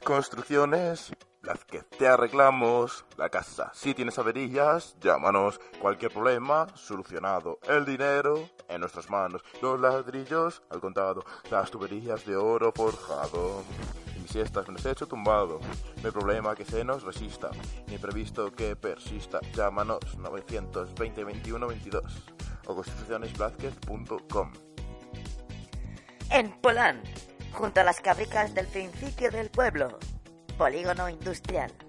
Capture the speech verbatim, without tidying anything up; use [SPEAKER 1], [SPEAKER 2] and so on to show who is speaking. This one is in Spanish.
[SPEAKER 1] Construcciones Blázquez, te arreglamos la casa. Si tienes averías, llámanos. Cualquier problema, solucionado. El dinero en nuestras manos. Los ladrillos al contado. Las tuberías de oro forjado. Y si estás en el techo tumbado, no hay problema que se nos resista, ni imprevisto que persista. Llámanos novecientos veinte veintiuno veintidós o construcciones blázquez punto com.
[SPEAKER 2] En Polán, junto a las fábricas del principio del pueblo, polígono industrial.